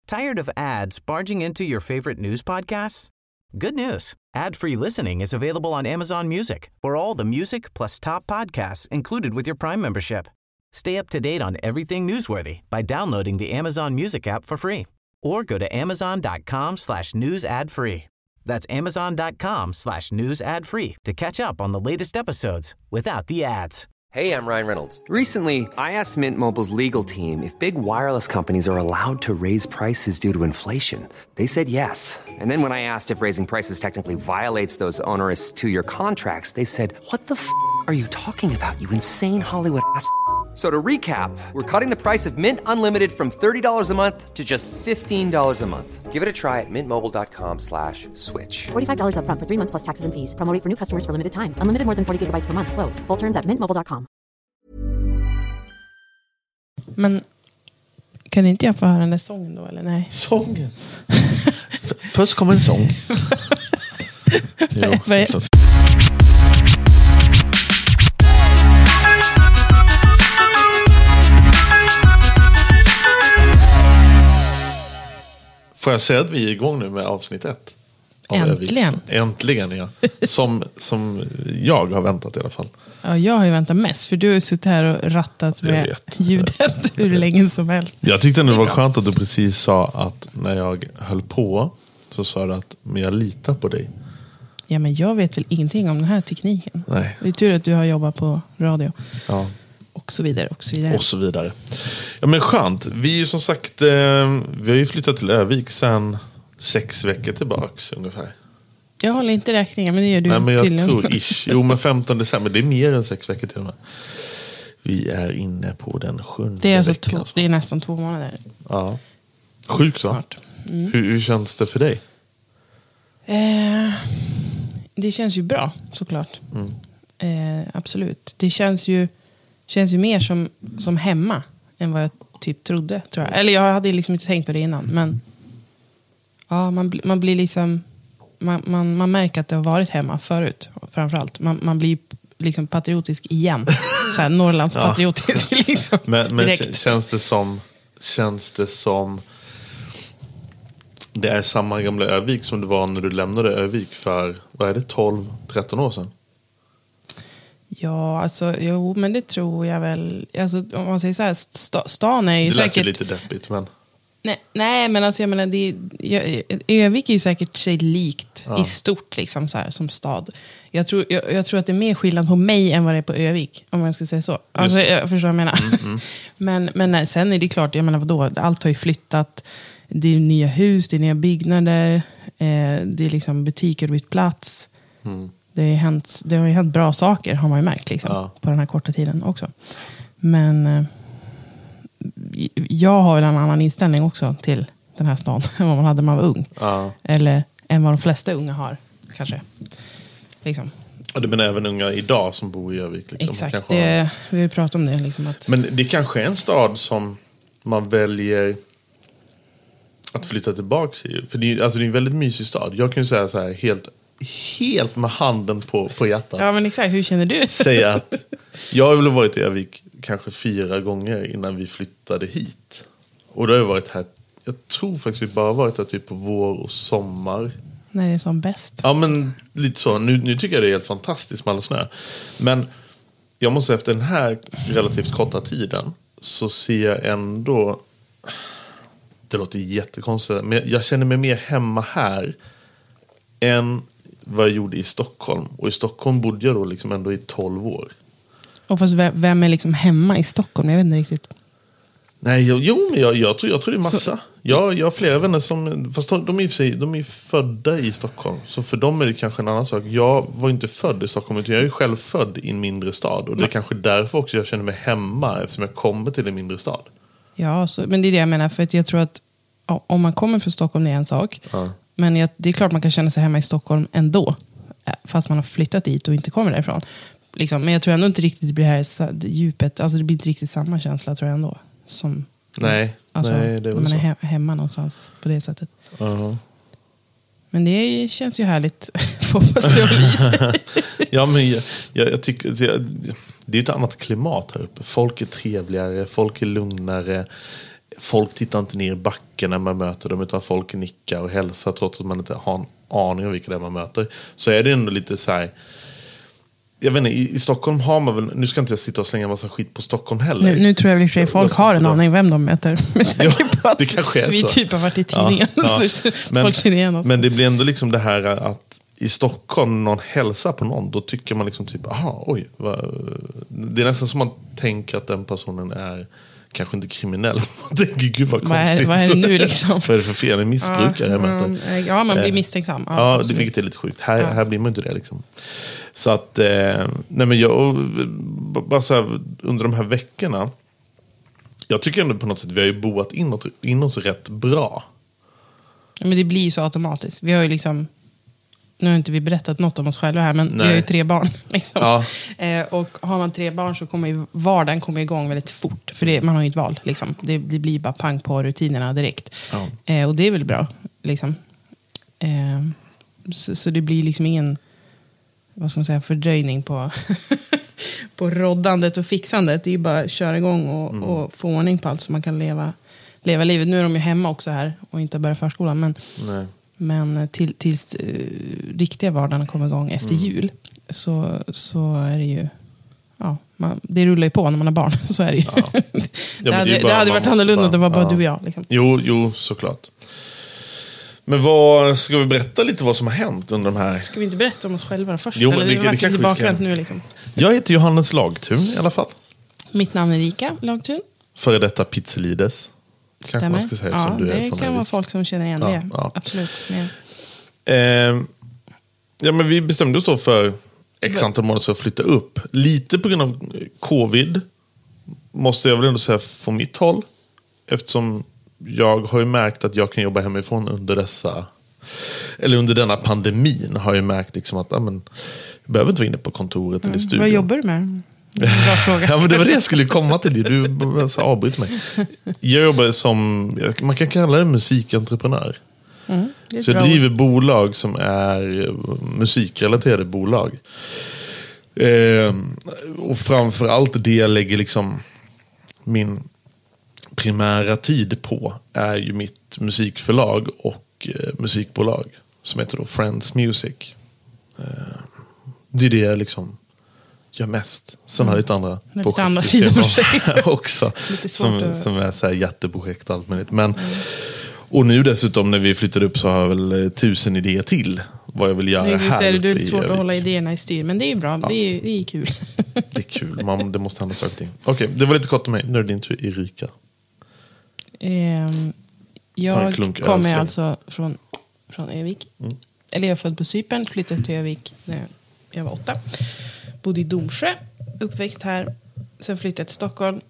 Tired of ads barging into your favorite news podcasts? Good news. Ad-free listening is available on Amazon Music for all the music plus top podcasts included with your Prime membership. Stay up to date on everything newsworthy by downloading the Amazon Music app for free or go to amazon.com/news ad free. That's amazon.com/news ad free to catch up on the latest episodes without the ads. Hey, I'm Ryan Reynolds. Recently, I asked Mint Mobile's legal team if big wireless companies are allowed to raise prices due to inflation. They said yes. And then when I asked if raising prices technically violates those onerous two-year contracts, they said, "What the f*** are you talking about, you insane Hollywood ass?" So to recap, we're cutting the price of Mint Unlimited from $30 a month to just $15 a month. Give it a try at mintmobile.com/switch. $45 up front for 3 months plus taxes and fees. Promo rate for new customers for limited time. Unlimited more than 40 gigabytes per month. Slows full terms at mintmobile.com. Men kan inte jag få höra den där sången då, eller nej? Sången? Först kommer en sång. Jo, får jag säga att vi är igång nu med avsnitt 1? Äntligen. Äntligen, ja. Som jag har väntat i alla fall. Ja, jag har ju väntat mest. För du har ju suttit här och rattat med ljudet hur länge som helst. Jag tyckte det var skönt att du precis sa att när jag höll på så sa du att men jag litar på dig. Ja, men jag vet väl ingenting om den här tekniken. Nej. Det är tur att du har jobbat på radio. Ja. Och så vidare, och så vidare. Och så vidare. Ja, men skönt. Vi är ju som sagt, vi har ju flyttat till Övik sedan 6 veckor tillbaks ungefär. Jag håller inte räkningen, men det gör du. Nej, men jag tydligen. tror ish. Jo, men 15 december, det är mer än 6 veckor till och med. Vi är inne på den 7:e Det är alltså veckan. det är nästan 2 månader. Ja. Sjukt va? Hur känns det för dig? Det känns ju bra, såklart. Absolut. Det känns ju mer som hemma än vad jag typ trodde, tror jag. Eller jag hade liksom inte tänkt på det innan, men ja, man blir liksom man märker att det har varit hemma förut, framförallt. Man blir liksom patriotisk igen. Så här Norrlands patriotisk liksom. Men känns det som det är samma gamla Övik som det var när du lämnade Övik för, vad är det, 12-13 år sedan? Ja, alltså, jo, men det tror jag väl. Alltså, om man säger så här, stan är ju det lät säkert... ju lite deppigt, men... Nej, men alltså, jag menar, Övik är ju säkert sig likt i stort, liksom, så här, som stad. Jag tror att det är mer skillnad på mig än vad det är på Övik, om jag ska säga så. Alltså, jag förstår vad jag menar. Men nej, sen är det klart, jag menar, vadå? Allt har ju flyttat. Det är nya hus, det är nya byggnader. Det är liksom butiker och bytt plats. Det har ju hänt bra saker, har man ju märkt liksom, på den här korta tiden också. Men jag har väl en annan inställning också till den här stan än vad man hade när man var ung. Eller än vad de flesta unga har, kanske. Liksom. Ja, du menar även unga idag som bor i Övik? Liksom. Exakt, vi har pratat om det. Liksom, att... Men det kanske är en stad som man väljer att flytta tillbaka i. För det är en väldigt mysig stad. Jag kan ju säga så här, helt med handen på hjärtat. Ja, men exakt, hur känner du? Säga att jag har väl varit i Övik kanske 4 gånger innan vi flyttade hit. Och då har jag varit här, jag tror faktiskt vi bara varit här typ på vår och sommar. När det är som bäst. Ja, men lite så. Nu tycker jag det är helt fantastiskt med all snö. Men jag måste efter den här relativt korta tiden så ser jag ändå, det låter jättekonstigt, men jag känner mig mer hemma här än vad jag gjorde i Stockholm. Och i Stockholm bodde jag då liksom ändå i 12 år. Och fast vem är liksom hemma i Stockholm? Jag vet inte riktigt. Nej, men jag tror det är massa. Jag har flera vänner som, fast de är födda i Stockholm. Så för dem är det kanske en annan sak. Jag var inte född i Stockholm, utan jag är ju själv född i en mindre stad. Och det är kanske därför också jag känner mig hemma, eftersom jag kommer till en mindre stad. Ja, men det är det jag menar. För att jag tror att om man kommer från Stockholm, det är en sak. Men det är klart man kan känna sig hemma i Stockholm ändå. Fast man har flyttat dit och inte kommer därifrån. Liksom. Men jag tror ändå inte riktigt det blir det här djupet. Alltså det blir inte riktigt samma känsla, tror jag ändå. Som, nej, det är väl man så. är hemma någonstans på det sättet. Men det känns ju härligt. Ja, men jag tycker det är ett annat klimat här uppe. Folk är trevligare, folk är lugnare. folk tittar inte ner i backen när man möter dem, utan folk nickar och hälsar trots att man inte har en aning om vilka det är man möter. Så är det ändå lite så här, jag vet inte, i Stockholm har man väl, nu ska inte jag sitta och slänga en massa skit på Stockholm heller. Nu tror jag i och för sig folk har en aning vem de möter. Ja, det kanske är så. Vi typ har varit i tidningen. Ja. Så folk känner igen oss. Men det blir ändå liksom det här att i Stockholm någon hälsar på någon, då tycker man liksom typ, aha, oj. Det är nästan som man tänker att den personen är kanske inte kriminell. Man tänker, gud vad konstigt. Vad är det nu liksom? Vad är det för fel? En missbrukare. Ja, man blir misstänksam. Ja, det, vilket är lite sjukt. Här blir man inte det liksom. Så att, nej men jag, bara så här, under de här veckorna, jag tycker ändå på något sätt vi har ju boat in oss rätt bra. Ja, men det blir ju så automatiskt. Vi har ju liksom, nu har inte vi berättat något om oss själva här, men vi har ju 3 barn. Liksom. Ja. Och har man 3 barn så kommer ju vardagen kommer igång väldigt fort. För man har ju ett val. Liksom. Det blir bara pang på rutinerna direkt. Ja. Och det är väl bra. Liksom. Så det blir liksom ingen, vad ska man säga, fördröjning på på roddandet och fixandet. Det är ju bara att köra igång och få ordning på allt så man kan leva livet. Nu är de ju hemma också här och inte börja förskolan. Men tills riktiga vardagen kommer igång efter jul så är det ju, ja, det rullar ju på när man har barn. Så är det ju. Ja. det hade varit annorlunda om det var bara du och jag. Liksom. Jo, såklart. Men vad ska vi berätta lite vad som har hänt under de här... Ska vi inte berätta om oss själva först? Jo, eller det kanske vi ska. Nu, liksom. Jag heter Johannes Lagtun i alla fall. Mitt namn är Erika Lagtun. Före detta Pizzelides. Stämmer. Man ska säga, ja, som du det kan vara folk som känner igen det. Ja. Absolut. Ja, men vi bestämde oss då för x antal månader så att flytta upp. Lite på grund av covid, måste jag väl ändå säga från mitt håll. Eftersom jag har ju märkt att jag kan jobba hemifrån under denna pandemin. Har jag märkt liksom att jag behöver inte vara inne på kontoret eller i studion. Vad jobbar du med? Bra fråga. Ja, men det var det jag skulle komma till. Du avbryt mig. Jag jobbar som, man kan kalla det musikentreprenör. Så jag driver bolag som är musikrelaterade bolag. Och framförallt det jag lägger liksom min primära tid på är ju mitt musikförlag och musikbolag som heter då Friends Music. Det är det jag liksom gör mest. Sen har jag lite andra projekt också som är så här jätteprojekt och allt möjligt. Men och nu dessutom när vi flyttade upp så har jag väl 1000 idéer till vad jag vill göra här. Du är lite svårt att hålla idéerna i styr, men det är ju bra. Ja. Det är kul. Det är kul. Det måste hända saker. Okej, det var lite kort om mig. Nu är det din tur, Erika. Jag kommer alltså från Övik. Eller jag är född på Cypern, flyttade till Övik när jag var 8. Bodde i Domsjö, uppväxt här. Sen flyttade jag till Stockholm.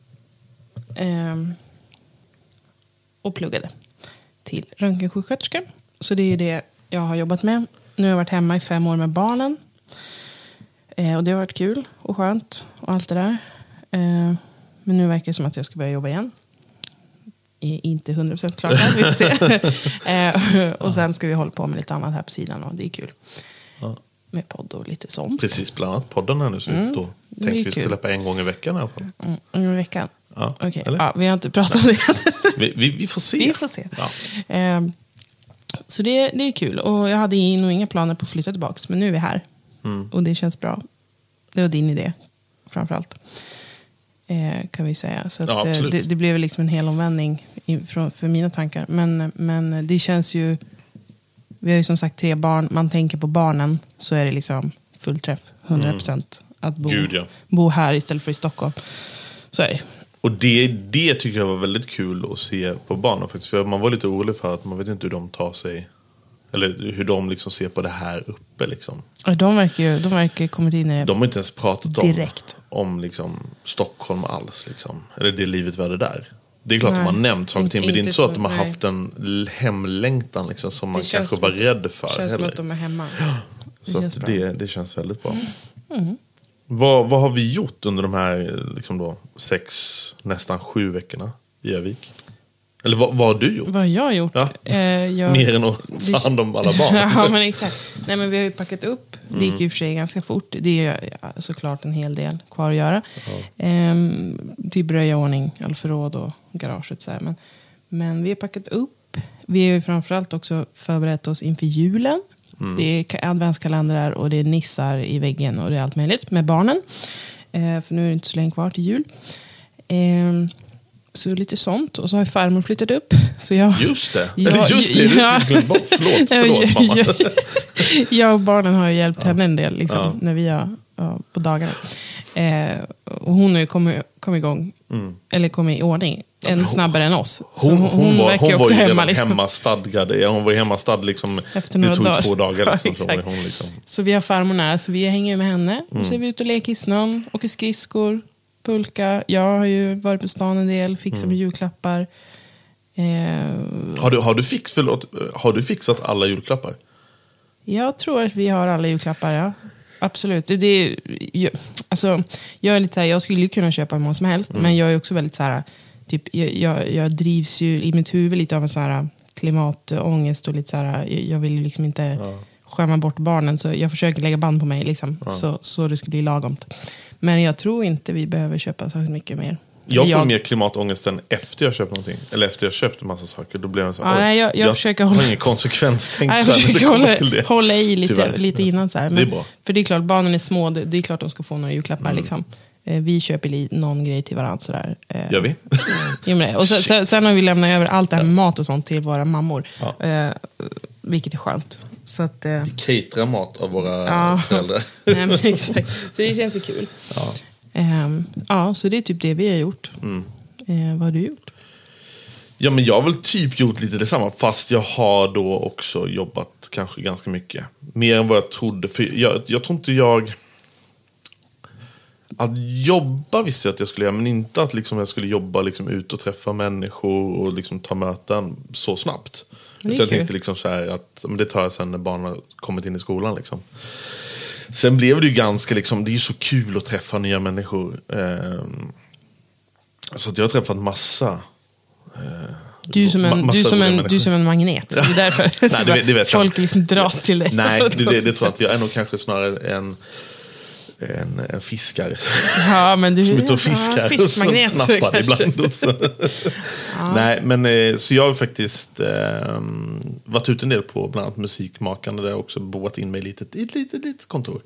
Och pluggade till röntgensjuksköterska. Så det är det jag har jobbat med. Nu har jag varit hemma i 5 år med barnen. Och det har varit kul och skönt och allt det där. Men nu verkar det som att jag ska börja jobba igen. Är inte 100% klart här, vi får se. Och sen ska vi hålla på med lite annat här på sidan och det är kul. Ja. Med podd och lite sånt. Precis, bland annat podden här nu så då tänkte vi släppa 1 gång i veckan i alla fall. En gång i veckan? Ja, okay. Ja, vi har inte pratat om det. vi får se. Vi får se. Ja. Så det är kul. Och jag hade nog inga planer på att flytta tillbaka. Men nu är vi här. Och det känns bra. Det var din idé, framförallt. Kan vi säga. Så att, det blev liksom en hel omvändning för mina tankar. Men det känns ju... Vi har ju som sagt 3 barn. Man tänker på barnen så är det liksom fullträff. 100% att bo här istället för i Stockholm. Så är det. Och det tycker jag var väldigt kul att se på barnen faktiskt. För man var lite orolig för att man vet inte hur de tar sig... Eller hur de liksom ser på det här uppe liksom. De verkar kommit in i det. De har inte ens pratat direkt om liksom Stockholm alls liksom. Eller det livet vi hade där. Det är klart att de har nämnt saker till, men det är inte så att de har haft en hemlängtan liksom, som man kanske var rädd för. Det känns som att de är hemma. Så att det känns väldigt bra. Vad har vi gjort under de här liksom då, 6, nästan 7 veckorna i Övik? Eller vad har du gjort? Vad har jag gjort? Ja. Mer än att ta hand om alla barn. Ja, men exakt. Nej, men vi har ju packat upp. Det gick ju för sig ganska fort. Det är såklart en hel del kvar att göra. Typ röja ordning, all förråd garaget. Så här. Men vi har packat upp. Vi har ju framförallt också förberett oss inför julen. Det är adventskalendrar och det är nissar i väggen och det är allt möjligt med barnen. För nu är det inte så länge kvar till jul. Så lite sånt. Och så har farmor flyttat upp. Så Just det. Förlåt mamma. Jag och barnen har ju hjälpt henne en del liksom, när vi har på dagarna. Och hon har ju kommit igång. Eller kommit i ordning. Ännu snabbare än oss. Hon var ju hemma, liksom. hemmastadgad. Hon var hemmastad liksom. Efter några det tog dagar. 2 dagar. Liksom, så var hon liksom. Så vi har farmor nära. Så vi hänger med henne. Och så är vi ute och leker i snön. Åker skridskor. Pulka. Jag har ju varit på stan en del. Fixat med julklappar. Har du fixat alla julklappar? Jag tror att vi har alla julklappar, ja. Absolut. Jag är lite så här, jag skulle ju kunna köpa vad som helst. Men jag är också väldigt så här, typ, jag drivs ju i mitt huvud lite av en så här klimatångest och lite så här, jag vill ju liksom inte skämma bort barnen, så jag försöker lägga band på mig liksom, så det ska bli lagomt. Men jag tror inte vi behöver köpa så mycket mer. Jag får mer klimatångest än efter jag köpt någonting. Eller efter jag köpt en massa saker. Då blir jag så här, jag försöker har ingen konsekvenstänk. Jag försöker hålla i lite innan så här. Men, det är bra. För det är klart, barnen är små. Det är klart de ska få några julklappar liksom. Vi köper någon grej till varandra sådär. Gör vi? Och sen har vi lämnat över allt det här mat och sånt till våra mammor. Vilket är skönt. Så att, vi caterar mat av våra föräldrar. Nej, men exakt. Så det känns ju kul. Så det är typ det vi har gjort. Vad har du gjort? Ja, men jag har väl typ gjort lite detsamma. Fast jag har då också jobbat kanske ganska mycket. Mer än vad jag trodde. För jag tror inte att jobba visste jag att jag skulle göra. Men inte att liksom jag skulle jobba liksom ut och träffa människor och liksom ta möten så snabbt. Jag tänkte liksom så här att det tar jag sen när barnen har kommit in i skolan liksom. Sen blev det ju ganska liksom, det är ju så kul att träffa nya människor. Så att jag har träffat massa. Du är som en magnet. Det är därför Nej, det vet folk liksom dras till dig. Nej, det tror jag inte. Jag är nog kanske snarare en fiskare. Ja, men du som ute och fiskar och så snappar ibland. Och så. Nej, men så jag har faktiskt varit ute en del på bland annat musikmakande, där jag också boat in mig i ett litet kontor.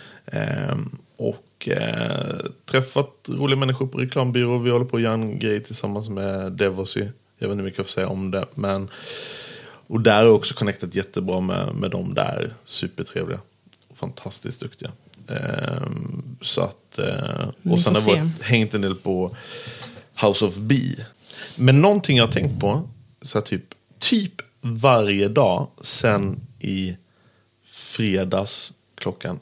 Och träffat roliga människor på reklambyrå. Vi håller på att göra en grej tillsammans med Devosy. Jag vet inte mycket att säga om det, men och där är också connectat jättebra med dem där. Supertrevliga. Fantastiskt duktiga. Så att och sen har jag hängt en del på House of B. Men någonting jag har tänkt på så här, typ varje dag sen i fredags klockan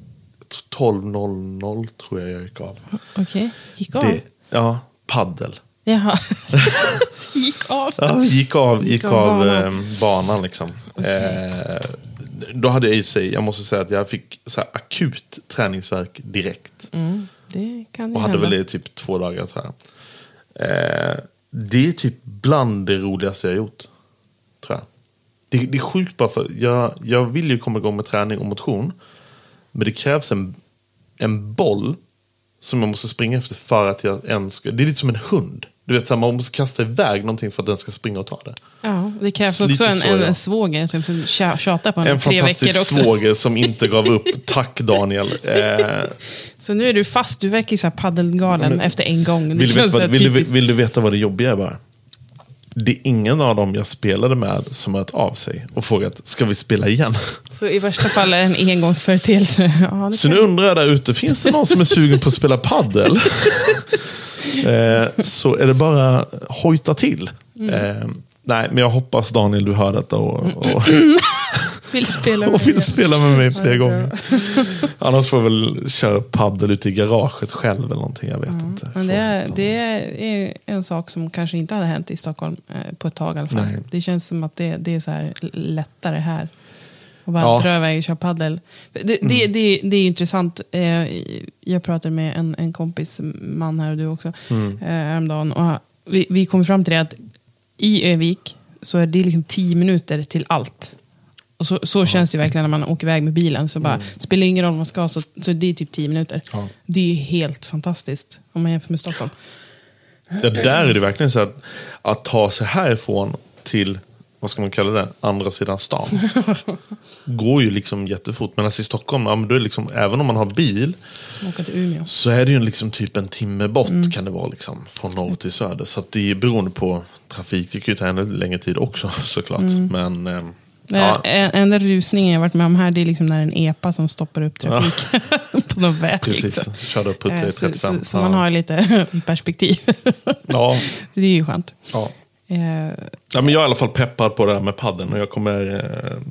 12.00 tror jag gick av. Okej, gick av? paddel. Jaha. Gick av? Ja, gick av banan liksom. Okay. Då hade jag jag måste säga att jag fick så här akut träningsvärk direkt. Det kan ju och hade hända. väl det typ 2 dagar tror jag. Det är typ bland det roligaste jag gjort, tror jag. Det är sjukt bara för jag vill ju komma igång med träning och motion. Men det krävs en boll som jag måste springa efter för att jag ens ska. Det är lite som en hund. Du vet, man måste kasta iväg någonting för att den ska springa och ta det. Ja, det krävs också en svåger som tjatar på en 3 veckor också. En fantastisk svåger som inte gav upp. Tack Daniel. Så nu är du fast. Du verkar ju så här paddelgalen efter en gång. Vill du veta vad det jobbiga är bara? Det är ingen av dem jag spelade med som har hört av sig och frågat, ska vi spela igen? Så i värsta fall är det en engångsföreteelse. Ja, så nu undrar jag där ute, finns det någon som är sugen på att spela paddel? Så är det bara hojta till. Nej, men jag hoppas Daniel du hör detta och vill spela med mig fler gånger. Annars får jag väl köra paddel ute i garaget själv eller någonting, jag vet inte. Men det är en sak som kanske inte hade hänt i Stockholm på ett tag i alla fall. Nej. Det känns som att det är så här lättare här. Och bara dra iväg och köra paddel. Det är intressant. Jag pratade med en kompis man här och du också häromdagen. Och vi kom fram till det att i Övik så är det liksom 10 minuter till allt. Och så känns det verkligen när man åker iväg med bilen. Så bara, det spelar ingen roll vad man ska, så det är typ 10 minuter. Ja. Det är ju helt fantastiskt om man jämför med Stockholm. Ja, där är det verkligen så att ta sig härifrån till, vad ska man kalla det, andra sidan stan. Går ju liksom jättefort. Men alltså i Stockholm, ja, men då är det liksom, även om man har bil, som åker till Umeå, så är det ju liksom typ en timme bort kan det vara liksom, från norr till söder. Så att det är beroende på trafik. Det kan ju ta ännu längre tid också såklart. Men ja. Enda rusningen jag varit med om här, det är liksom när en epa som stoppar upp trafik på någon väg. Precis, liksom. körde upp 35. Så man har lite perspektiv. Ja. Så det är ju skönt. Ja. Ja, men jag är i alla fall peppad på det här med padden. Och jag kommer...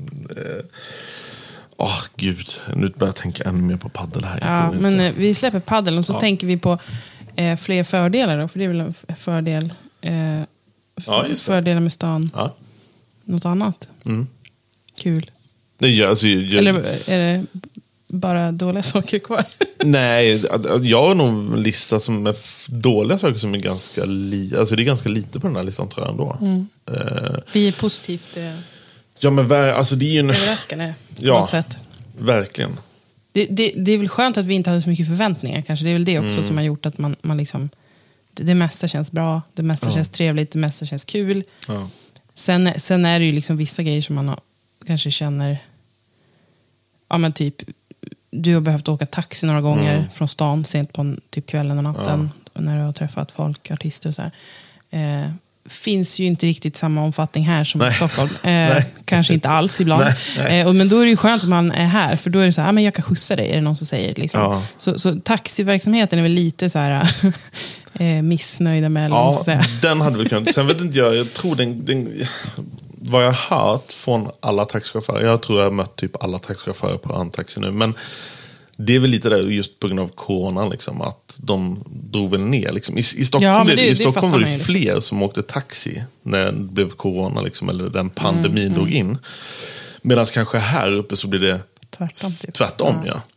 gud, nu börjar jag tänka ännu mer på paddel här. Ja, men vi släpper paddeln och så tänker vi på fler fördelar då. För det är väl en fördel. Fördelar med stan. Ja. Något annat. Kul. Ja, alltså, eller är det bara dåliga saker kvar? Nej, jag har nog en lista som är dåliga saker som är ganska alltså det är ganska lite på den här listan, tror jag ändå. Vi är positivt ja, men alltså det är ju överraskande på något sätt. Verkligen. Det är väl skönt att vi inte hade så mycket förväntningar kanske. Det är väl det också som har gjort att man liksom, det mesta känns bra, det mesta känns trevligt, det mesta känns kul. Ja. Sen är det ju liksom vissa grejer som man kanske känner, ja men typ, du har behövt åka taxi några gånger från stan sent på typ kvällen och natten när du har träffat folk, artister och så här. Finns ju inte riktigt samma omfattning här som i Stockholm. Kanske inte alls ibland. Men då är det ju skönt att man är här, för då är det så här, men jag kan skjutsa dig, är det någon som säger liksom. Så taxiverksamheten är väl lite så här missnöjda med. Den hade vi kunnat. Sen vet inte jag tror vad jag har hört från alla taxichaufförer, jag tror jag har mött typ alla taxichaufförer på Antaxi nu, men det är väl lite där just på grund av corona liksom, att de drog väl ner liksom. I Stockholm, i Stockholm var det fler som åkte taxi när det blev corona liksom, eller den pandemin drog in. Medan kanske här uppe så blir det tvärtom.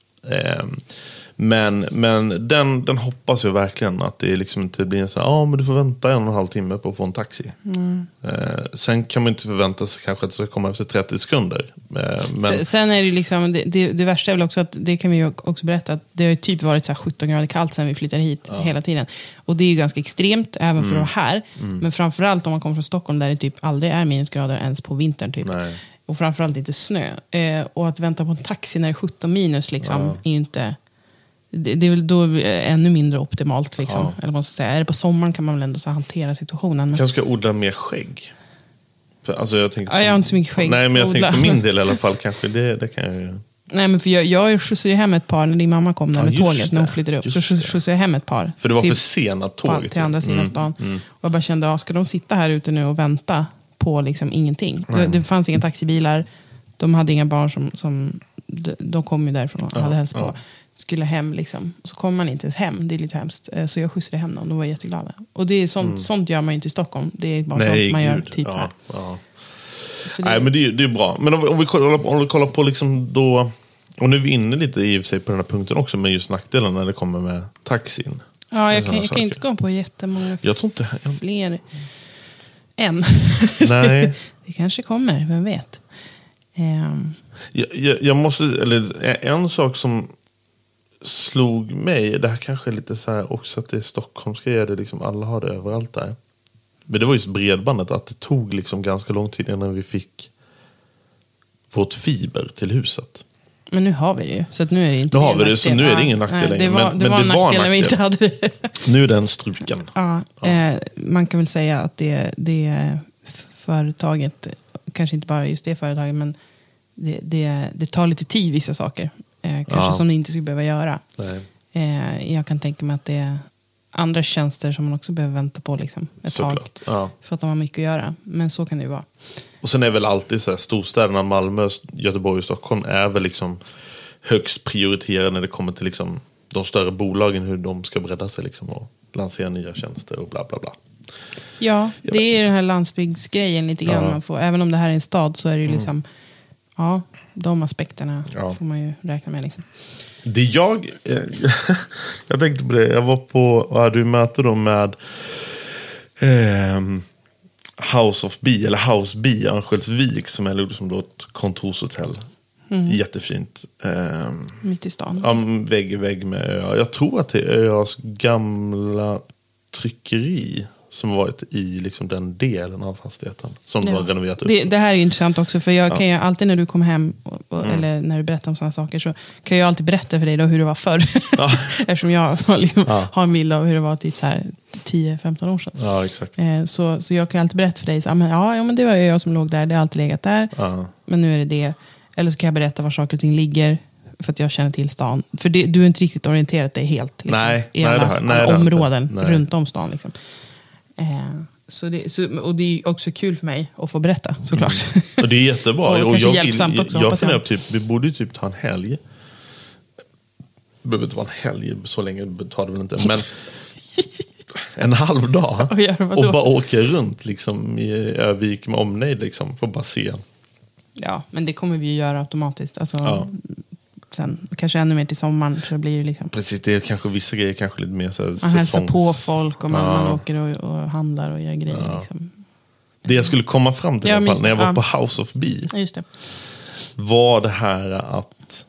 Men den hoppas jag verkligen att det liksom inte blir så här, men du får vänta 1,5 timme på att få en taxi. Sen kan man inte förvänta sig kanske att det ska komma efter 30 sekunder. Men... Sen är det liksom, det värsta är väl också att, det kan vi ju också berätta, att det har ju typ varit så här 17 grader kallt sen vi flyttade hit hela tiden. Och det är ju ganska extremt även för att vara här. Men framförallt om man kommer från Stockholm där det typ aldrig är minusgrader ens på vintern typ. Nej. Och framförallt inte snö. Och att vänta på en taxi när det är 17 minus liksom, är ju inte... Det är väl då ännu mindre optimalt liksom. Eller man ska säga, är det på sommaren kan man väl ändå så hantera situationen. Men... kanske ska odla mer skägg. För, alltså, jag har inte så mycket skägg. Nej, men jag tänker för min del i alla fall kanske det kan jag ju. Nej, men för jag skjutsade hem ett par när din mamma kom där med tåget när hon flyttade upp. Så skjutsade jag hem ett par. För det var för sena tåget. Till andra sidan stan. Och jag bara kände, ska de sitta här ute nu och vänta på liksom ingenting? Det fanns inga taxibilar. De hade inga barn som de kom ju därifrån och hade hälsat på. Skulle hem liksom. Så kommer man inte ens hem. Det är lite hemskt. Så jag skjutsade hem dem. De var jätteglada. Och det är sånt gör man ju inte i Stockholm. Det är bara sånt man gör typ här. Ja. Nej, men det är bra. Men om vi kollar på liksom då... Och nu är vi inne lite i och för sig på den här punkten också. Med just nackdelen när det kommer med taxin. Ja, jag kan inte gå på jättemånga fler än. Nej. Det kanske kommer, vem vet. Jag måste... Eller en sak som... slog mig, det här kanske är lite så här också att det är stockholmska, är det liksom, alla har det överallt där. Men det var just bredbandet, att det tog liksom ganska lång tid innan vi fick vårt fiber till huset. Men nu har vi det ju, så att nu är det inte. Nu har vi det, så nu är det ingen nackdel längre. Men det var en nackdel när vi inte hade det. Nu är den struken. Man kan väl säga att det företaget, kanske inte bara just det företaget, men det tar lite tid vissa saker. Kanske som det inte skulle behöva göra. Jag kan tänka mig att det är andra tjänster som man också behöver vänta på liksom, ett tag. För att de har mycket att göra. Men så kan det ju vara. Och sen är väl alltid så här, storstäderna Malmö, Göteborg och Stockholm är väl liksom högst prioriterade när det kommer till liksom de större bolagen, hur de ska bredda sig liksom och lansera nya tjänster och bla bla bla. Ja, det är den här landsbygdsgrejen lite grann man får. Även om det här är en stad så är det ju liksom de aspekterna får man ju räkna med liksom. Det jag tänkte på det, jag var på du möter då med House of Bee eller House Bee Örnsköldsvik som är liksom då ett kontorshotell. Jättefint. Mitt i stan. Ja, vägg i vägg med öar. Jag tror att det är öars gamla tryckeri som har varit i liksom den delen av fastigheten som du har renoverat upp. Det här är ju intressant också, för jag kan ju alltid när du kommer hem eller när du berättar om sådana saker, så kan jag alltid berätta för dig då hur det var förr. Ja. Eftersom jag liksom har en bild av hur det var typ så här 10-15 år sedan. Ja, exakt. Så jag kan alltid berätta för dig så, men det var jag som låg där, det har alltid legat där. Ja. Men nu är det det. Eller så kan jag berätta var saker och ting ligger, för att jag känner till stan. För du är inte riktigt orienterat dig helt liksom, i alla områden runt om stan liksom. Och det är också kul för mig att få berätta, såklart. Och det är jättebra. Och hjälpsamt också. Jag funderar på vi borde ju typ ta en helg. Det behöver inte vara en helg, så länge tar det väl inte. Men en halv dag och bara åka runt liksom, i Övik med omnejd liksom, för att bara se. Ja, men det kommer vi ju göra automatiskt. Alltså, sen kanske ännu mer till sommaren, så blir det liksom... Precis, det är kanske vissa grejer kanske lite mer så här, man hälsar på folk och man åker och handlar och gör grejer liksom. Det jag skulle komma fram till i alla fall, när jag var på House of Bee, just det, var det här att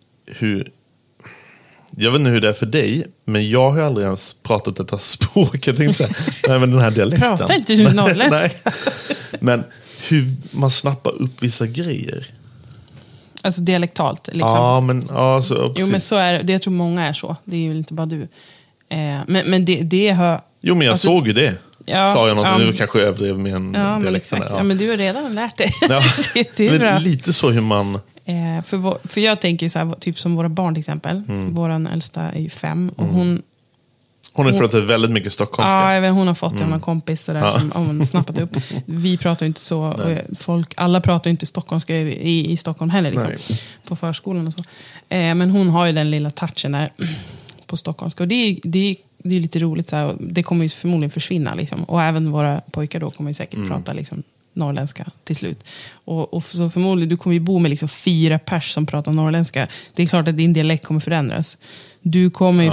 jag vet inte hur det är för dig, men jag har aldrig ens pratat detta språk. Jag tänkte säga, även den här dialekten. Pratar inte du norrländska? Men hur man snappar upp vissa grejer. Alltså dialektalt liksom. Ja, men precis. Jo, men så är det. Jag tror många är så. Det är ju inte bara du. Men det hör... Jo, men jag såg ju det. Sa jag något nu kanske överdrev med en dialekt. Ja, men du har redan lärt dig. Ja. det är bra. Lite så hur man... För jag tänker så här, typ som våra barn till exempel. Våran äldsta är ju 5 och hon har pratat väldigt mycket stockholmska. Ja, hon har fått en kompis där som hon snappat upp. Vi pratar inte så. Och alla pratar inte stockholmska i Stockholm heller. Liksom, på förskolan och så. Men hon har ju den lilla touchen där på stockholmska. Och det är lite roligt. Så här, det kommer ju förmodligen försvinna. Liksom. Och även våra pojkar då kommer ju säkert prata liksom, norrländska till slut. Och så förmodligen, du kommer ju bo med liksom 4 pers som pratar norrländska. Det är klart att din dialekt kommer förändras. Du kommer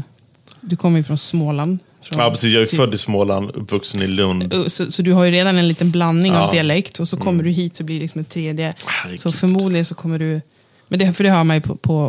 ju från Småland. Ja, precis. Jag är född i Småland, uppvuxen i Lund. Så du har ju redan en liten blandning av dialekt. Och så kommer du hit så blir det liksom ett tredje. Så förmodligen så kommer du... Men det hör man ju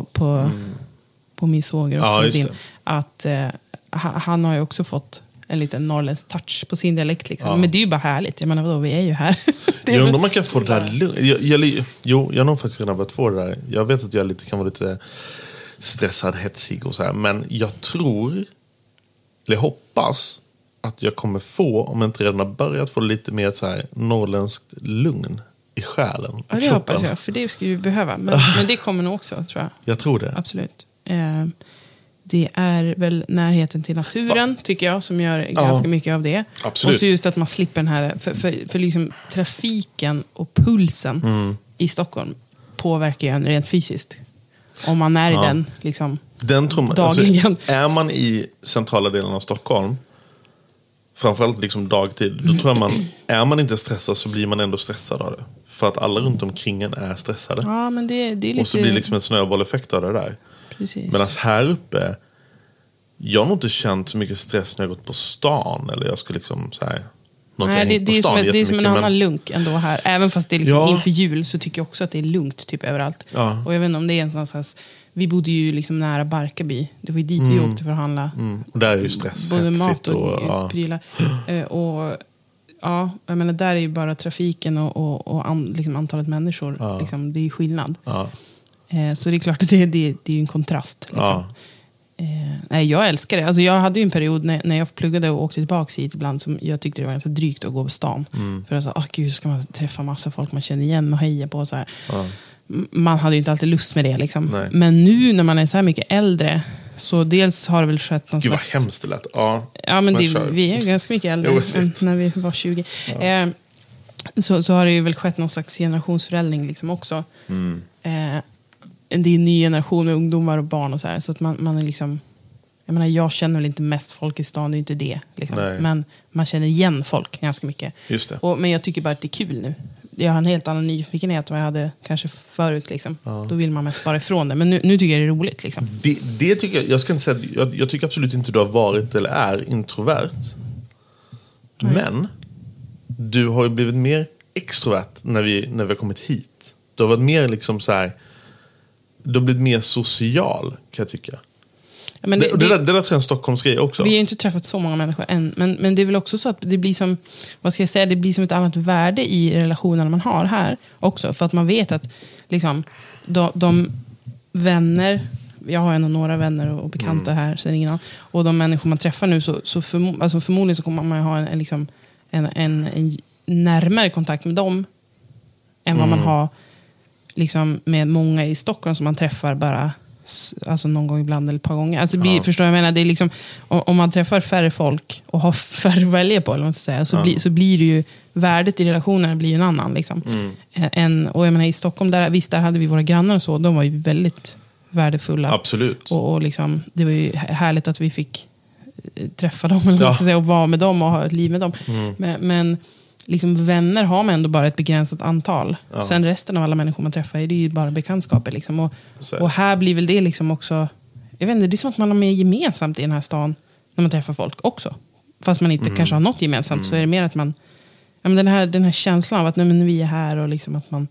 på min svåger också. Att han har ju också fått en liten norrländsk touch på sin dialekt. Liksom. Men det är ju bara härligt. Jag menar, vadå, vi är ju här. Jag undrar om man kan få det där... Jag har nog faktiskt redan börjat få det där. Jag vet att jag kan vara lite stressad, hetsig och så här. Men jag tror... Jag hoppas att jag kommer få, om jag inte redan har börjat, få lite mer så här norrländskt lugn i själen. Ja, det hoppas jag, för det skulle vi behöva. Men det kommer nog också, tror jag. Jag tror det. Absolut. Det är väl närheten till naturen, tycker jag, som gör ganska mycket av det. Absolut. Och så just att man slipper den här, för liksom trafiken och pulsen i Stockholm påverkar ju en rent fysiskt. Om man är i den liksom... Den tror man, dagligen. Alltså, är man i centrala delen av Stockholm, framförallt liksom dagtid, då tror jag är man inte stressad så blir man ändå stressad av det. För att alla runt omkring en är stressade. Ja, men det är lite... Och så blir det liksom en snöbolleffekt av det där. Precis. Men alltså här uppe, jag har nog inte känt så mycket stress när jag gått på stan. Eller jag skulle liksom så här... Nej, det är som en annan lunk ändå här. Även fast det är liksom inför jul så tycker jag också att det är lugnt typ överallt. Ja. Och jag vet inte om det är någonstans... Vi bodde ju liksom nära Barkarby. Det var ju dit vi åkte för att handla. Och där är ju stress. Både mat och prylar. Och ja, jag menar, där är ju bara trafiken och liksom antalet människor. Ja. Liksom, det är ju skillnad. Ja. Så det är klart att det är ju en kontrast. Liksom. Ja. Nej, jag älskar det. Alltså, jag hade ju en period när jag pluggade och åkte tillbaka hit ibland som jag tyckte det var ganska drygt att gå på stan. För jag sa, gud, ska man träffa massa folk man känner igen och heja på och så här. Ja. Man hade ju inte alltid lust med det liksom. Men nu när man är så här mycket äldre, så dels har det väl skett någon slags... Gud vad hemskt det lät. Ja, men vi är ganska mycket äldre än när vi var 20. Ja. Så har det ju väl skett någon slags generationsförändring liksom också. Det är en ny generation med ungdomar och barn och så här. Så att man är liksom... Jag menar, jag känner väl inte mest folk i stan, det är inte det. Liksom. Men man känner igen folk ganska mycket. Just det. Men jag tycker bara att det är kul nu. Jag har en helt annan nyfikenhet än vad jag hade kanske förut. Liksom. Ja. Då vill man mest bara ifrån det. Men nu tycker jag det är roligt. Liksom. Det tycker jag ska inte säga, jag tycker absolut inte du har varit eller är introvert. Nej. Men du har ju blivit mer extrovert när vi har kommit hit. Du har varit mer liksom så här... Du har blivit mer social, kan jag tycka. Men det där tror jag är en Stockholmsgrej också. Vi har ju inte träffat så många människor än. Men det är väl också så att det blir som, vad ska jag säga, det blir som ett annat värde i relationen man har här också. För att man vet att liksom, de vänner, jag har ändå några vänner och bekanta här sen innan. Och de människor man träffar nu så förmodligen så kommer man ha en närmare kontakt med dem än vad man har liksom med många i Stockholm som man träffar bara alltså någon gång ibland eller ett par gånger. Alltså förstår jag menar, det är liksom om man träffar färre folk och har färre att välja på eller vad man ska säga, så blir det ju värdet i relationen blir ju en annan liksom. Och jag menar i Stockholm där hade vi våra grannar och så, de var ju väldigt värdefulla. Absolut. Och liksom, det var ju härligt att vi fick träffa dem eller vad ska säga, och vara med dem och ha ett liv med dem. Men liksom, vänner har man ändå bara ett begränsat antal. Sen resten av alla människor man träffar är det ju bara bekantskaper liksom. Och här blir väl det liksom också, jag vet inte, det är som att man har mer gemensamt i den här stan när man träffar folk också. Fast man inte kanske har något gemensamt, så är det mer att man den här känslan av att men vi är här och liksom att man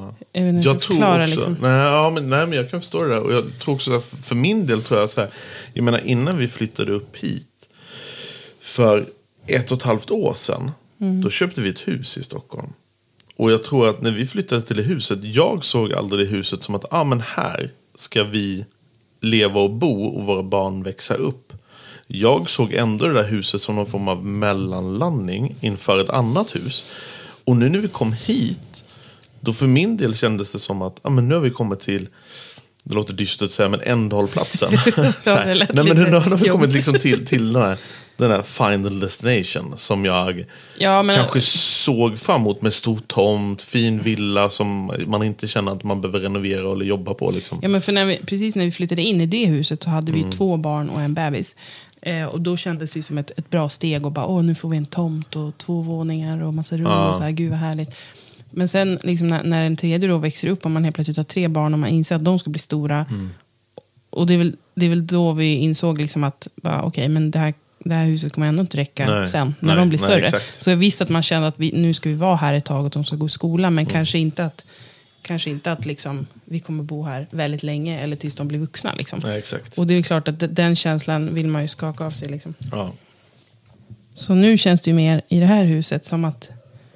jag tror också liksom. men jag kan förstå det där. Och jag tror också att för min del tror jag så här, jag menar innan vi flyttade upp hit för 1,5 år sedan, då köpte vi ett hus i Stockholm. Och jag tror att när vi flyttade till det huset, jag såg aldrig det huset som att men här ska vi leva och bo och våra barn växa upp. Jag såg ändå det där huset som någon form av mellanlandning inför ett annat hus. Och nu när vi kom hit, då för min del kändes det som att men nu har vi kommit till, det låter dystert att säga, men ändhållplatsen. Nej, men nu har vi kommit liksom till den här final destination som jag kanske såg fram emot, med stor tomt, fin villa som man inte känner att man behöver renovera eller jobba på liksom. Ja, men för precis när vi flyttade in i det huset så hade vi 2 barn och en bebis. Och då kändes det som ett bra steg och bara, nu får vi en tomt och 2 våningar och massa rum och så här, gud vad härligt. Men sen liksom, när en tredje då växer upp och man helt plötsligt har 3 barn och man inser att de ska bli stora. Och det är väl då vi insåg liksom att okej, men det här huset kommer ändå inte räcka sen när de blir större. Exakt. Så jag visste att man kände att nu ska vi vara här ett tag och de ska gå i skolan, men kanske inte att liksom, vi kommer bo här väldigt länge eller tills de blir vuxna liksom. Nej, exakt. Och det är klart att den känslan vill man ju skaka av sig liksom. Ja. Så nu känns det ju mer i det här huset som att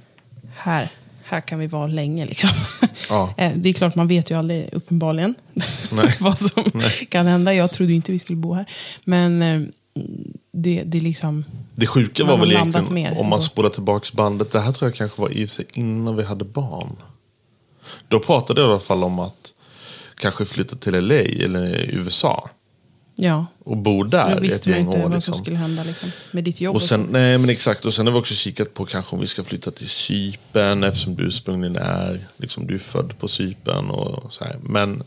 här kan vi vara länge liksom. Ja. Det är klart, man vet ju aldrig uppenbarligen vad som kan hända. Jag trodde inte vi skulle bo här. Men det liksom... Det sjuka var väl egentligen, mer, om man spolar tillbaka bandet, det här tror jag kanske var i sig innan vi hade barn. Då pratade jag i alla fall om att kanske flytta till LA eller USA. Ja. Och bo där i ett gäng år. Vad liksom. som skulle hända liksom, med ditt jobb. Och sen, nej men exakt, och sen har vi också kikat på kanske om vi ska flytta till Cypern, eftersom du ursprungligen är, liksom, du är född på Cypern och så här. Men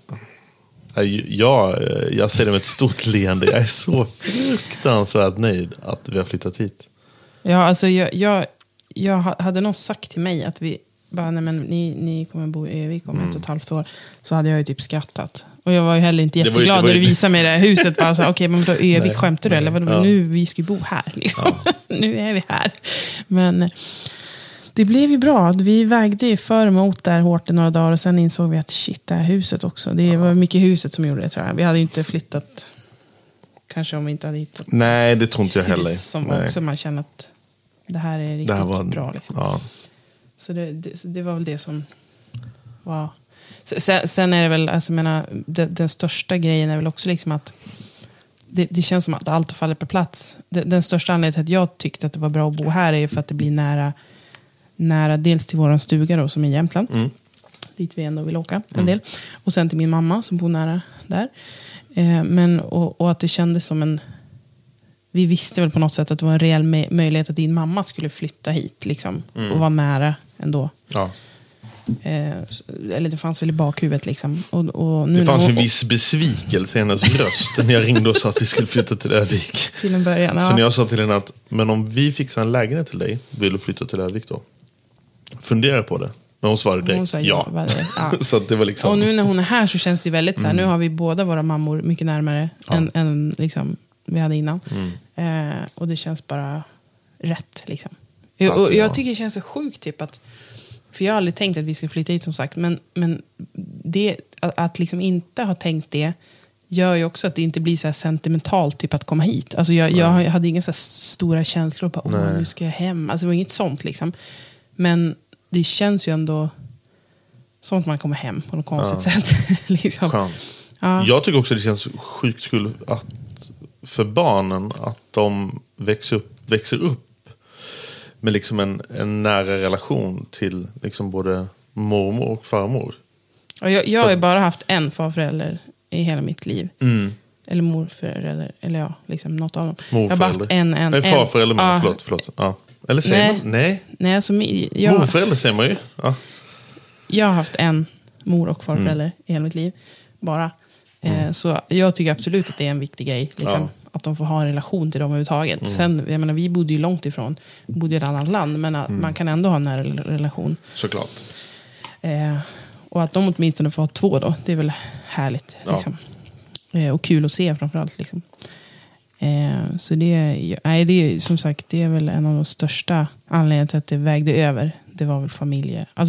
jag ser det med ett stort leende. Jag är så fruktansvärt nöjd att vi har flyttat hit. Ja, alltså jag hade någon sagt till mig att vi bara, nej men ni kommer bo i Övik om 1,5 år, så hade jag ju typ skrattat. Och jag var ju heller inte jätteglad när du visade mig det här huset. Bara så här, okej, men då Övik, skämtar du? Eller nu, vi ska ju bo här. Liksom. Nu är vi här. Men det blev ju bra. Vi vägde ju för emot där hårt i några dagar. Och sen insåg vi att shit, det här huset också. Det var mycket huset som gjorde det, tror jag. Vi hade ju inte flyttat, kanske om vi inte hade hittat. Nej, det tror inte jag heller. Som också man känner att det här är riktigt bra. Liksom. Ja. Så det var väl det som var... Sen är det väl, alltså, menar, den största grejen är väl också liksom att det känns som att allt faller på plats. Den största anledningen till att jag tyckte att det var bra att bo här är ju för att det blir nära dels till våran stuga då, som är i Jämtland. Dit vi ändå vill åka en del. Och sen till min mamma som bor nära där. Men, och att det kändes som en... Vi visste väl på något sätt att det var en reell möjlighet att din mamma skulle flytta hit liksom, och vara nära ändå. Ja. Eller det fanns väl i bakhuvudet liksom. Och nu det fanns en viss besvikelse i hennes röst när jag ringde och sa att vi skulle flytta till Övik. Till en början, Så när jag sa till henne att, men om vi fixar en lägenhet till dig, vill du flytta till Övik då? Fundera på det. Men hon svarade direkt, ja. Så att det var liksom... Och nu när hon är här så känns det väldigt så här, nu har vi båda våra mammor mycket närmare än liksom vi hade innan. Och det känns bara rätt liksom. Och jag tycker det känns så sjukt typ att, för jag har aldrig tänkt att vi ska flytta hit som sagt, men det att liksom inte ha tänkt det gör ju också att det inte blir så här sentimentalt typ att komma hit. Alltså jag hade inga så här stora känslor på nu ska jag hem. Alltså det var inget sånt liksom. Men det känns ju ändå som att man kommer hem på något konstigt sätt. liksom. Ja. Jag tycker också det känns sjukt kul att för barnen att de växer upp med liksom en nära relation till liksom både mormor och farmor. Och jag har ju bara haft en farförälder i hela mitt liv. Eller morförälder, eller ja, liksom något av dem. Jag har bara haft en farförälder, men förlåt. Ja. Eller säger man? Nej, alltså, morförälder säger man ju. Ja. Jag har haft en mor- och farförälder i hela mitt liv. Bara. Så jag tycker absolut att det är en viktig grej. Liksom, att de får ha en relation till dem överhuvudtaget. Sen, jag menar, vi bodde ju långt ifrån. Vi bodde i ett annat land. Men man kan ändå ha en nära relation. Såklart. Och att de åtminstone får ha 2 då. Det är väl härligt. Liksom. Och kul att se framförallt. Liksom. Så det är som sagt, det är väl en av de största anledningarna till att det vägde över. Det var väl familje. Alltså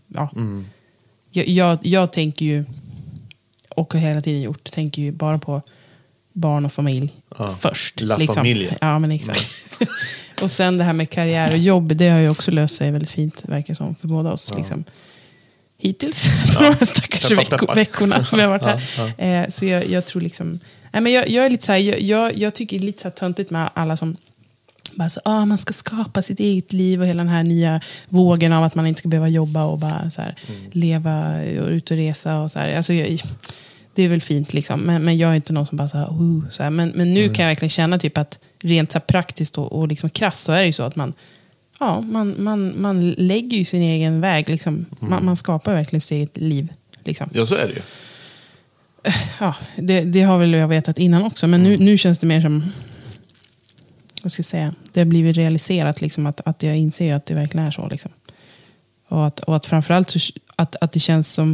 jag tänker ju, och har hela tiden gjort, tänker ju bara på barn och familj först. La liksom. familje. Ja, men exakt. Och sen det här med karriär och jobb, det har ju också löst sig väldigt fint, verkar som, för båda oss. Liksom. Hittills, på de här stackars veckorna som jag har varit här. Så jag tror liksom... Nej, men jag är lite så här, jag tycker det är lite så här töntigt med alla som bara så, man ska skapa sitt eget liv och hela den här nya vågen av att man inte ska behöva jobba och bara så här, leva och ut och resa och så här. Alltså, det är väl fint liksom, men jag är inte någon som bara så här, men nu kan jag verkligen känna typ att rent så här praktiskt och liksom krass, så är det ju så att man lägger ju sin egen väg liksom. Man skapar verkligen sitt eget liv liksom. Ja, så är det ju. Ja, det har väl jag vetat innan också. Men nu känns det mer som, vad ska jag säga, det har blivit realiserat liksom, att jag inser att det verkligen är så liksom. Och att framförallt så, att det känns som,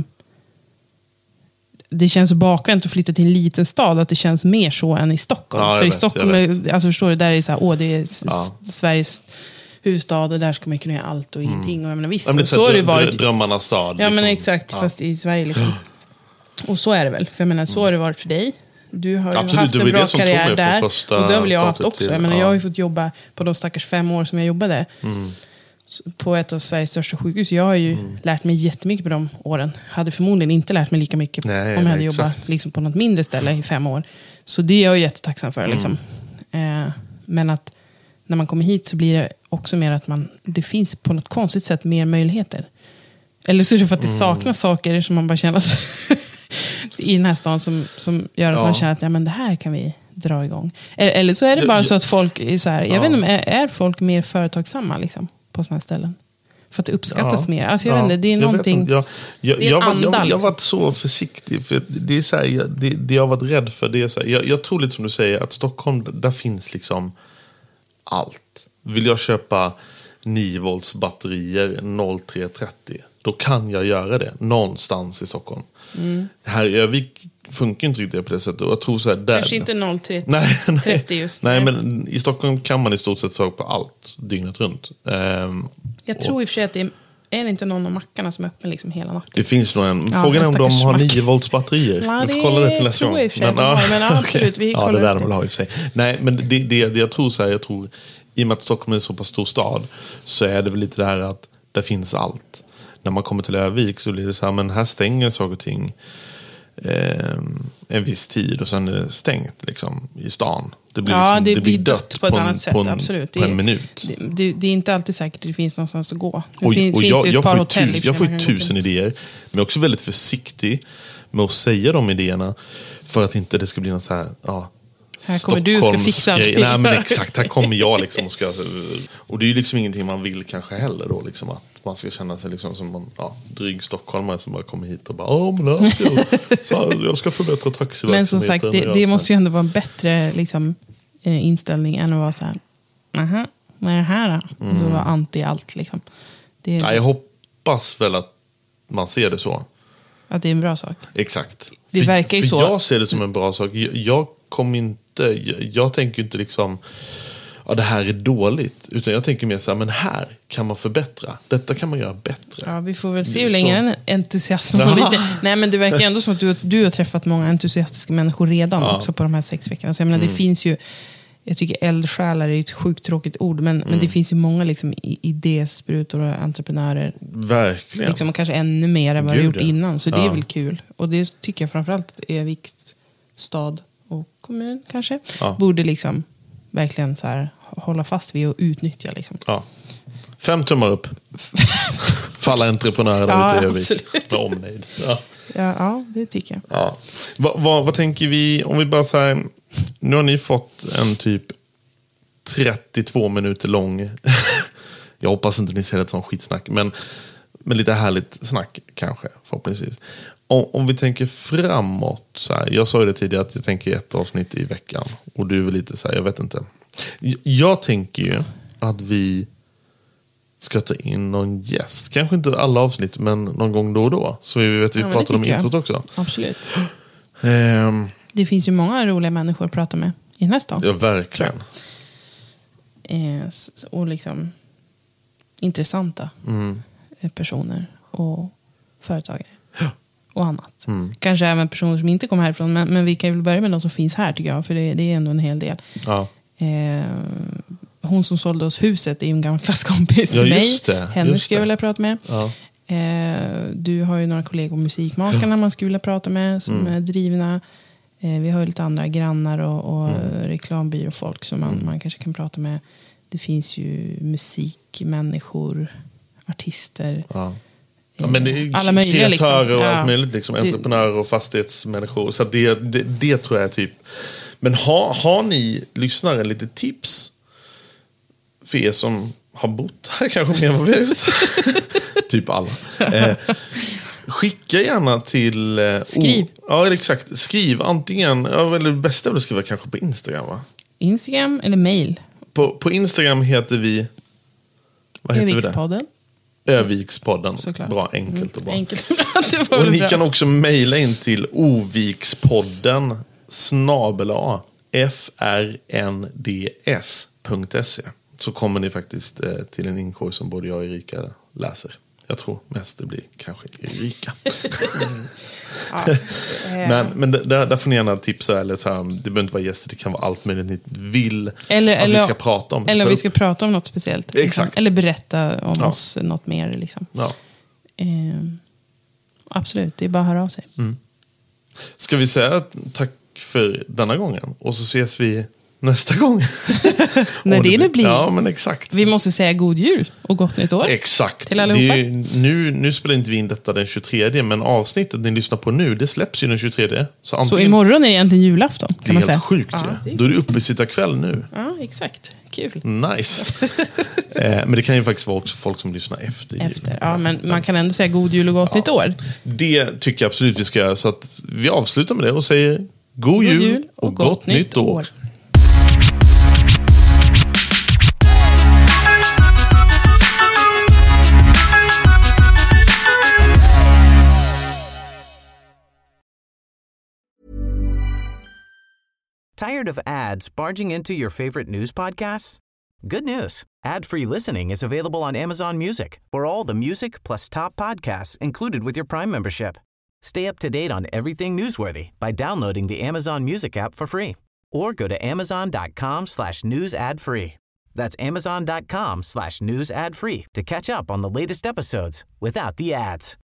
det känns så bakvänt att flytta till en liten stad, att det känns mer så än i Stockholm. För i Stockholm, alltså förstår du, där är det så här, det är Sveriges huvudstad och där ska man kunna göra allt och ingenting. Och jag menar, visst, så har det varit. Drömmarnas stad. Ja, liksom. Men exakt, fast i Sverige liksom. Och så är det väl. För jag menar, så har det varit för dig. Du har ju haft en bra karriär där. Och det har väl jag haft också. Jag menar, jag har ju fått jobba på de stackars 5 år som jag jobbade. På ett av Sveriges största sjukhus. Jag har ju lärt mig jättemycket på de åren. Hade förmodligen inte lärt mig lika mycket om jag hade jobbat liksom, på något mindre ställe i 5 år. Så det är jag jättetacksam för. Liksom. Men att när man kommer hit så blir det också mer att det finns på något konstigt sätt mer möjligheter. Eller så är det för att det saknas saker som man bara känner i den här stan som gör att man känner att men det här kan vi dra igång. Eller så är det bara så att folk är så här, jag vet inte, är folk mer företagsamma liksom, på såna här ställen? För att det uppskattas mer. Alltså jag vet inte, det är någonting. Jag har varit så försiktig. För det är så här, det jag har varit rädd för, det är så här, jag tror lite som du säger att Stockholm, där finns liksom allt. Vill jag köpa 9 volts batterier 0330, då kan jag göra det någonstans i Stockholm. Här i Övik funkar inte riktigt på det sättet. Och jag tror så här, kanske inte 0330 just. Nej, men i Stockholm kan man i stort sett få på allt dygnet runt. Jag tror i och för sig att det är inte någon av mackarna som är öppen liksom hela natten. Det finns nog en. Frågan är om de har 9 volts batterier. Vi får kolla det till nästa gång. Men absolut, vi kollar det där de ha i sig. Nej, men det jag tror så här, jag tror i och med att Stockholm är en så pass stor stad så är det väl lite det här att det finns allt. När man kommer till Övik så blir det så här, men här stänger saker och ting en viss tid och sen är det stängt liksom, i stan. Det blir, det blir dött på ett annat sätt, absolut. På en minut. Det är inte alltid säkert att det finns någonstans att gå. Jag får 1000 idéer, men jag är också väldigt försiktig med att säga de idéerna för att inte det ska bli någon så här, här kommer du ska fixa allt. Nej, men exakt, här kommer jag liksom och ska. Och det är ju liksom ingenting man vill kanske heller då, liksom att man ska känna sig liksom som en dryg stockholmare som bara kommer hit och bara men jag ska förbättra taxiverksamheten. Men som sagt, det måste ju ändå vara en bättre liksom, inställning än att vara så här, vad är det här då? Och så vara anti allt liksom. Jag hoppas väl att man ser det så. Att det är en bra sak. Exakt. Det verkar ju så. Jag ser det som en bra sak. Jag tänker inte liksom det här är dåligt. Utan jag tänker mer så här, men här kan man förbättra. Detta kan man göra bättre. Ja, vi får väl se hur länge den entusiasmen håller. Nej, men det verkar ändå som att du har träffat många entusiastiska människor redan också på de här 6 veckorna. Så jag menar, det finns ju, jag tycker eldsjälar är ett sjukt tråkigt ord, men det finns ju många liksom idésprutor och entreprenörer. Verkligen. Liksom, och kanske ännu mer än vad jag gjort innan. Så det är väl kul. Och det tycker jag framförallt att Öviks stad och kommun kanske borde liksom verkligen så här hålla fast vid och utnyttja liksom. Ja. 5 tummar upp. För alla entreprenörer där ute i Övik. Med omnejd. Ja, det tycker jag. Ja. Vad tänker vi om vi bara säger, nu har ni fått en typ 32 minuter lång jag hoppas inte ni ser det som skitsnack, men lite härligt snack kanske, förhoppningsvis. Om vi tänker framåt så här, jag sa ju det tidigare att jag tänker 1 avsnitt i veckan, och du är väl lite så här, jag vet inte. Jag tänker ju att vi ska ta in någon gäst. Kanske inte alla avsnitt, men någon gång då och då. Så vi vet att vi pratar om introt också. Absolut. Det finns ju många roliga människor att prata med i den här stan. Ja, verkligen. Och liksom intressanta personer och företagare. Och annat. Kanske även personer som inte kommer härifrån. Men vi kan väl börja med de som finns här, tycker jag. För det är ändå en hel del. Ja. Hon som sålde oss huset är ju en gammal klasskompis till mig. Henne skulle jag vilja prata med. Ja. Du har ju några kollegor, musikmakarna man skulle vilja prata med, som är drivna. Vi har ju lite andra grannar och reklambyråfolk som man kanske kan prata med. Det finns ju musikmänniskor, artister. Ja. Ja, men det är alla möjliga kreatörer liksom. Och allt möjligt liksom, entreprenörer och fastighetsmänniskor. Så det tror jag är typ. Men har ni lyssnare lite tips för er som har bott här kanske mer än vad vi har gjort? Typ alla. Skicka gärna till skriv. Ja, exakt. Skriv antingen, eller det bästa är att skriva kanske på Instagram, va? Instagram eller mail. På Instagram heter vi, vad heter Övikspodden. Övikspodden. Såklart. Bra, enkelt och bra. Enkelt och bra. Och ni kan också mejla in till ovikspodden@frnds.se. Så kommer ni faktiskt till en inkorg som både jag och Erika läser. Jag tror mest det blir kanske Erika. Men där får ni gärna tipsa, eller så här, det behöver inte vara gäster, det kan vara allt möjligt ni vill att vi ska prata om. Eller vi ska prata om något speciellt. Exakt. Liksom. Eller berätta om oss något mer. Liksom. Ja. Absolut, det är bara att höra av sig. Ska vi säga tack för denna gången, och så ses vi nästa gång. När det nu blir. Ja, men exakt. Vi måste säga god jul och gott nytt år. Exakt. Till allihopa. Nu spelar inte vi in detta den 23, men avsnittet ni lyssnar på nu, det släpps ju den 23. Så imorgon är det egentligen julafton, kan man säga. Det är helt sjukt. Då är det uppe i sitta kväll nu. Ja, exakt. Kul. Nice. Men det kan ju faktiskt vara också folk som lyssnar efter jul. Ja, men man kan ändå säga god jul och gott nytt år. Det tycker jag absolut vi ska göra. Så att vi avslutar med det och säger god jul och gott nytt år. Tired of ads barging into your favorite news podcasts? Good news. Ad-free listening is available on Amazon Music for all the music plus top podcasts included with your Prime membership. Stay up to date on everything newsworthy by downloading the Amazon Music app for free or go to amazon.com/news ad free. That's amazon.com/news ad free to catch up on the latest episodes without the ads.